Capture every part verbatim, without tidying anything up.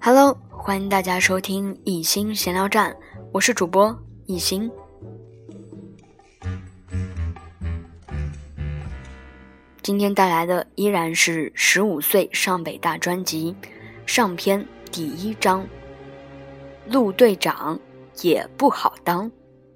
Hello， 欢迎大家收听一心闲聊站，我是主播一心。今天带来的依然是十五岁上北大专辑上篇第一章，陆队长也不好当。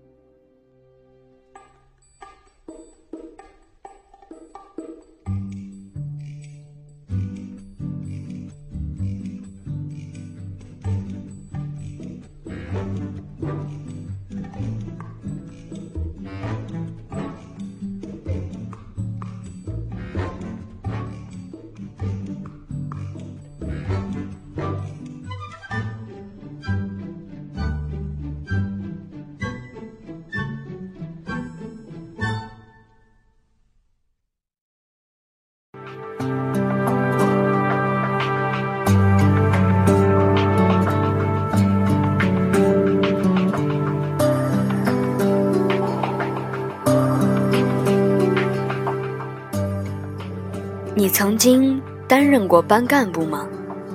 你曾经担任过班干部吗？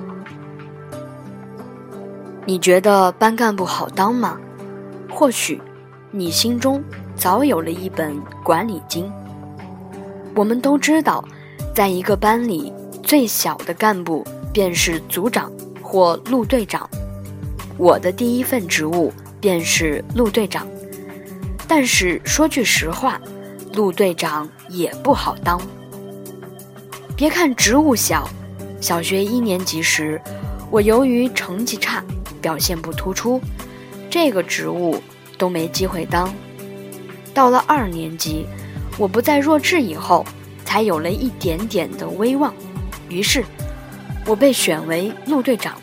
你觉得班干部好当吗？或许你心中早有了一本管理经。我们都知道，在一个班里，最小的干部便是组长或陆队长。我的第一份职务便是陆队长。但是说句实话，陆队长也不好当。别看职务小，小学一年级时，我由于成绩差，表现不突出，这个职务都没机会当。到了二年级，我不再弱智以后，才有了一点点的威望，于是我被选为陆队长。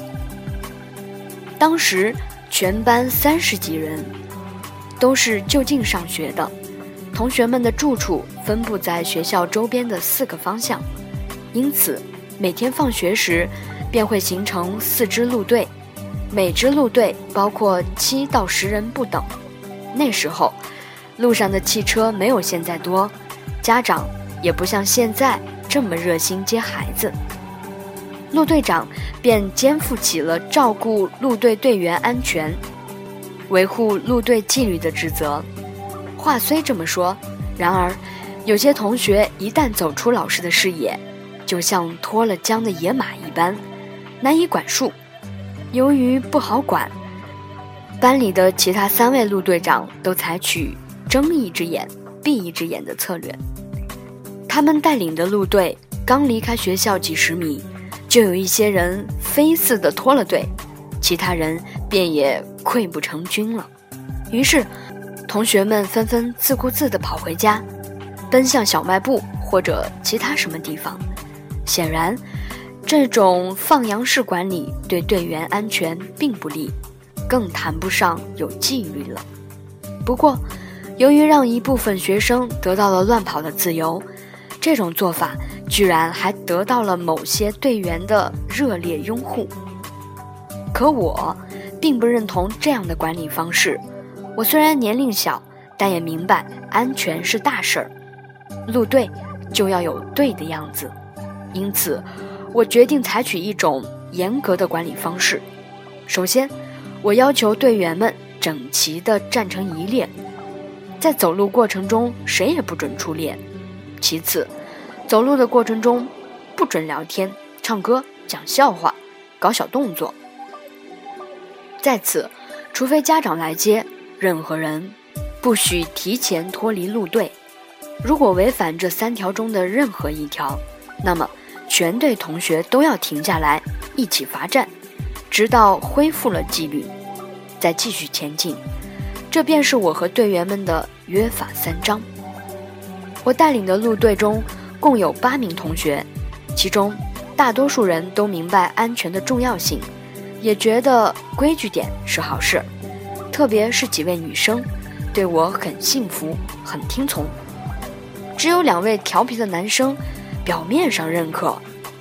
当时全班三十几人，都是就近上学的，同学们的住处分布在学校周边的四个方向，因此每天放学时便会形成四支路队，每支路队包括七到十人不等。那时候路上的汽车没有现在多，家长也不像现在这么热心接孩子，陆队长便肩负起了照顾路队队员安全、维护路队纪律的职责。话虽这么说，然而有些同学一旦走出老师的视野，就像脱了缰的野马一般，难以管束。由于不好管，班里的其他三位陆队长都采取睁一只眼闭一只眼的策略。他们带领的陆队刚离开学校几十米，就有一些人飞似的脱了队，其他人便也溃不成军了。于是同学们纷纷自顾自地跑回家，奔向小卖部或者其他什么地方。显然，这种放羊式管理对队员安全并不利，更谈不上有纪律了。不过，由于让一部分学生得到了乱跑的自由，这种做法居然还得到了某些队员的热烈拥护。可我并不认同这样的管理方式。我虽然年龄小，但也明白安全是大事儿，路队就要有队的样子。因此，我决定采取一种严格的管理方式。首先，我要求队员们整齐地站成一列，在走路过程中谁也不准出列。其次，走路的过程中不准聊天、唱歌、讲笑话、搞小动作。在此，除非家长来接，任何人不许提前脱离路队。如果违反这三条中的任何一条，那么全队同学都要停下来一起罚站，直到恢复了纪律，再继续前进。这便是我和队员们的约法三章。我带领的路队中共有八名同学，其中大多数人都明白安全的重要性，也觉得规矩点是好事，特别是几位女生对我很信服，很听从。只有两位调皮的男生表面上认可，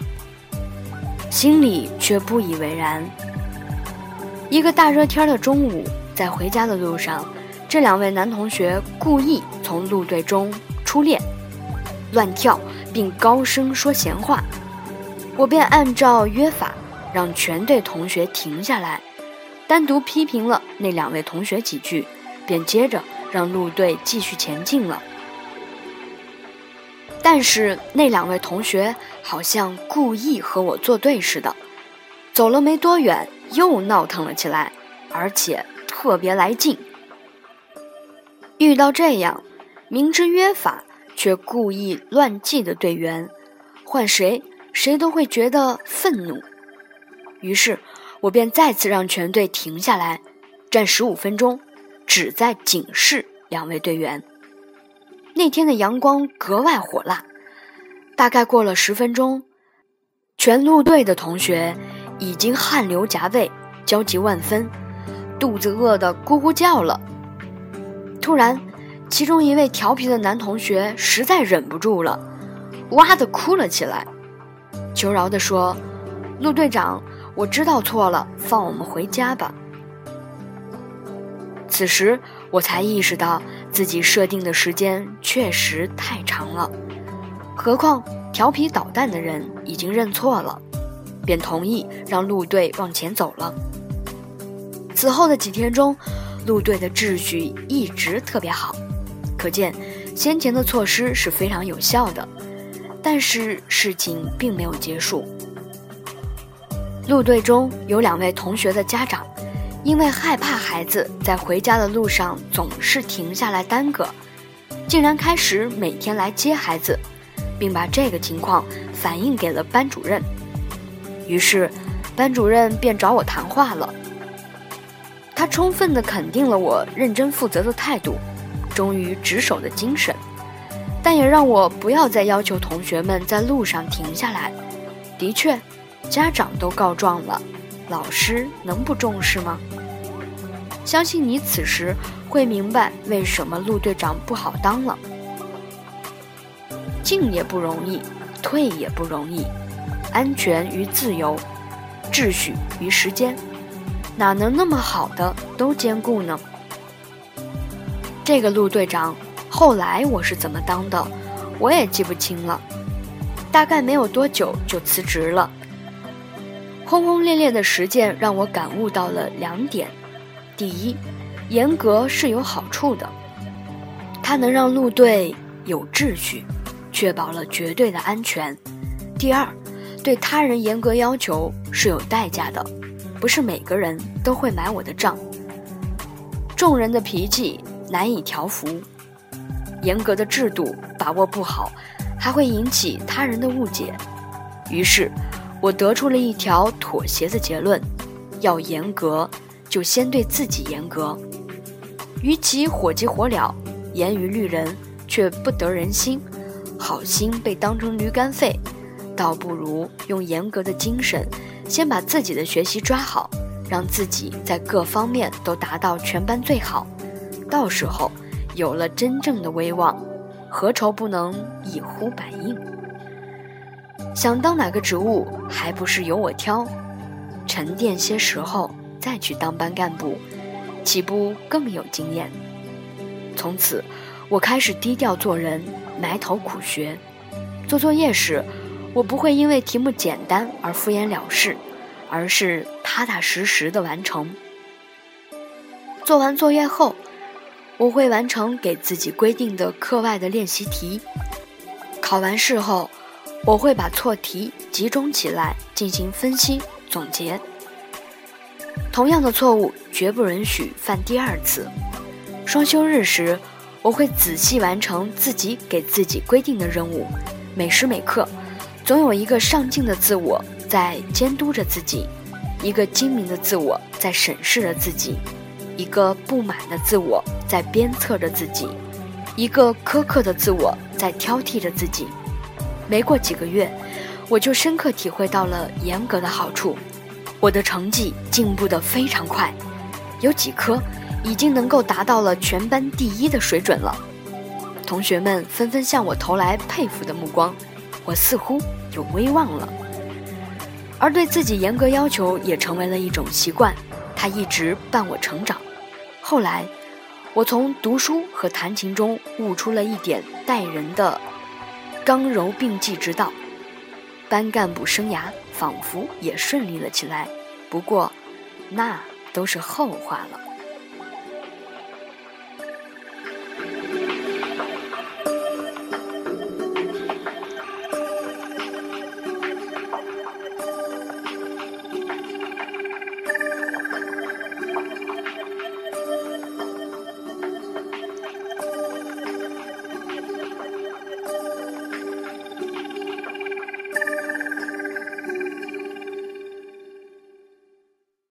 心里却不以为然。一个大热天的中午，在回家的路上，这两位男同学故意从路队中出列，乱跳并高声说闲话。我便按照约法让全队同学停下来，单独批评了那两位同学几句，便接着让路队继续前进了。但是那两位同学好像故意和我作对似的，走了没多远又闹腾了起来，而且特别来劲。遇到这样明知约法却故意乱记的队员，换谁谁都会觉得愤怒。于是我便再次让全队停下来，站十五分钟，旨在警示两位队员。那天的阳光格外火辣，大概过了十分钟，全路队的同学已经汗流浃背，焦急万分，肚子饿得咕咕叫了。突然，其中一位调皮的男同学实在忍不住了，哇地哭了起来，求饶地说：“陆队长，我知道错了，放我们回家吧。”此时我才意识到自己设定的时间确实太长了，何况调皮捣蛋的人已经认错了，便同意让陆队往前走了。此后的几天中，陆队的秩序一直特别好，可见先前的措施是非常有效的。但是事情并没有结束，陆队中有两位同学的家长因为害怕孩子在回家的路上总是停下来耽搁，竟然开始每天来接孩子，并把这个情况反映给了班主任。于是班主任便找我谈话了，他充分地肯定了我认真负责的态度，忠于职守的精神，但也让我不要再要求同学们在路上停下来。的确，家长都告状了，老师能不重视吗？相信你此时会明白为什么陆队长不好当了。进也不容易，退也不容易，安全与自由，秩序与时间，哪能那么好的都兼顾呢？这个陆队长后来我是怎么当的，我也记不清了，大概没有多久就辞职了。轰轰烈烈的实践让我感悟到了两点：第一，严格是有好处的，它能让路队有秩序，确保了绝对的安全；第二，对他人严格要求是有代价的，不是每个人都会买我的账。众人的脾气难以调服，严格的制度把握不好，还会引起他人的误解。于是我得出了一条妥协的结论：要严格，就先对自己严格。与其火急火燎，严于律人，却不得人心，好心被当成驴肝肺，倒不如用严格的精神，先把自己的学习抓好，让自己在各方面都达到全班最好。到时候有了真正的威望，何愁不能一呼百应？想当哪个职务，还不是由我挑？沉淀些时候再去当班干部，岂不更有经验？从此我开始低调做人，埋头苦学。做作业时，我不会因为题目简单而敷衍了事，而是踏踏实实地完成。做完作业后，我会完成给自己规定的课外的练习题。考完试后，我会把错题集中起来进行分析总结。同样的错误绝不允许犯第二次。双休日时，我会仔细完成自己给自己规定的任务，每时每刻总有一个上进的自我在监督着自己，一个精明的自我在审视着自己，一个不满的自我在鞭策着自己，一个苛刻的自我在挑剔着自己。没过几个月，我就深刻体会到了严格的好处，我的成绩进步得非常快，有几科已经能够达到了全班第一的水准了。同学们纷纷向我投来佩服的目光，我似乎有威望了。而对自己严格要求也成为了一种习惯，它一直伴我成长。后来我从读书和弹琴中悟出了一点待人的刚柔并济之道。 班干部生涯仿佛也顺利了起来。不过，那都是后话了。